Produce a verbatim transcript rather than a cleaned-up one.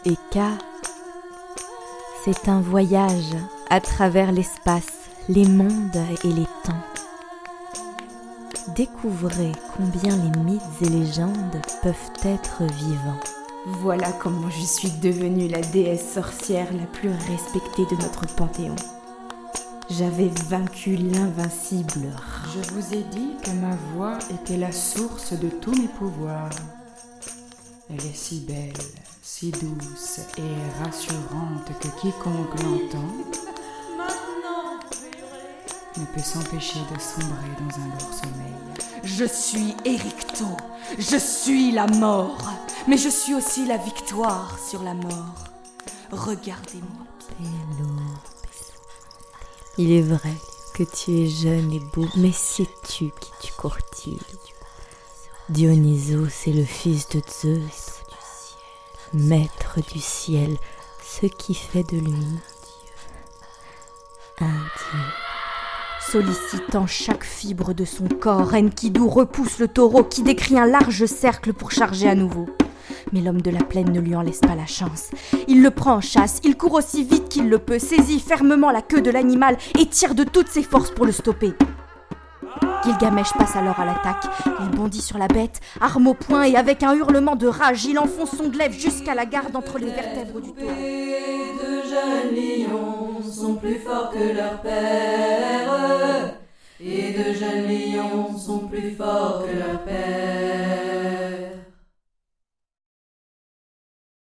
et K, c'est un voyage à travers l'espace, les mondes et les temps. Découvrez combien les mythes et légendes peuvent être vivants. Voilà comment je suis devenue la déesse sorcière la plus respectée de notre panthéon. J'avais vaincu l'invincible rat. Je vous ai dit que ma voix était la source de tous mes pouvoirs. Elle est si belle, si douce et rassurante que quiconque l'entend ne peut s'empêcher de sombrer dans un lourd sommeil. Je suis Éricto, je suis la mort, mais je suis aussi la victoire sur la mort. Regardez-moi. Pélo. Il est vrai que tu es jeune et beau, mais sais-tu qui tu courtilles? Dionysos est le fils de Zeus, maître du ciel, ce qui fait de lui un dieu. Sollicitant chaque fibre de son corps, Enkidu repousse le taureau qui décrit un large cercle pour charger à nouveau. Mais l'homme de la plaine ne lui en laisse pas la chance. Il le prend en chasse, il court aussi vite qu'il le peut, saisit fermement la queue de l'animal et tire de toutes ses forces pour le stopper. Gilgamesh passe alors à l'attaque. Il bondit sur la bête, arme au poing et avec un hurlement de rage, il enfonce son glaive jusqu'à la garde entre les vertèbres du taureau. Les deux jeunes lions sont plus forts que leur père. Et deux jeunes lions sont plus forts que leur père.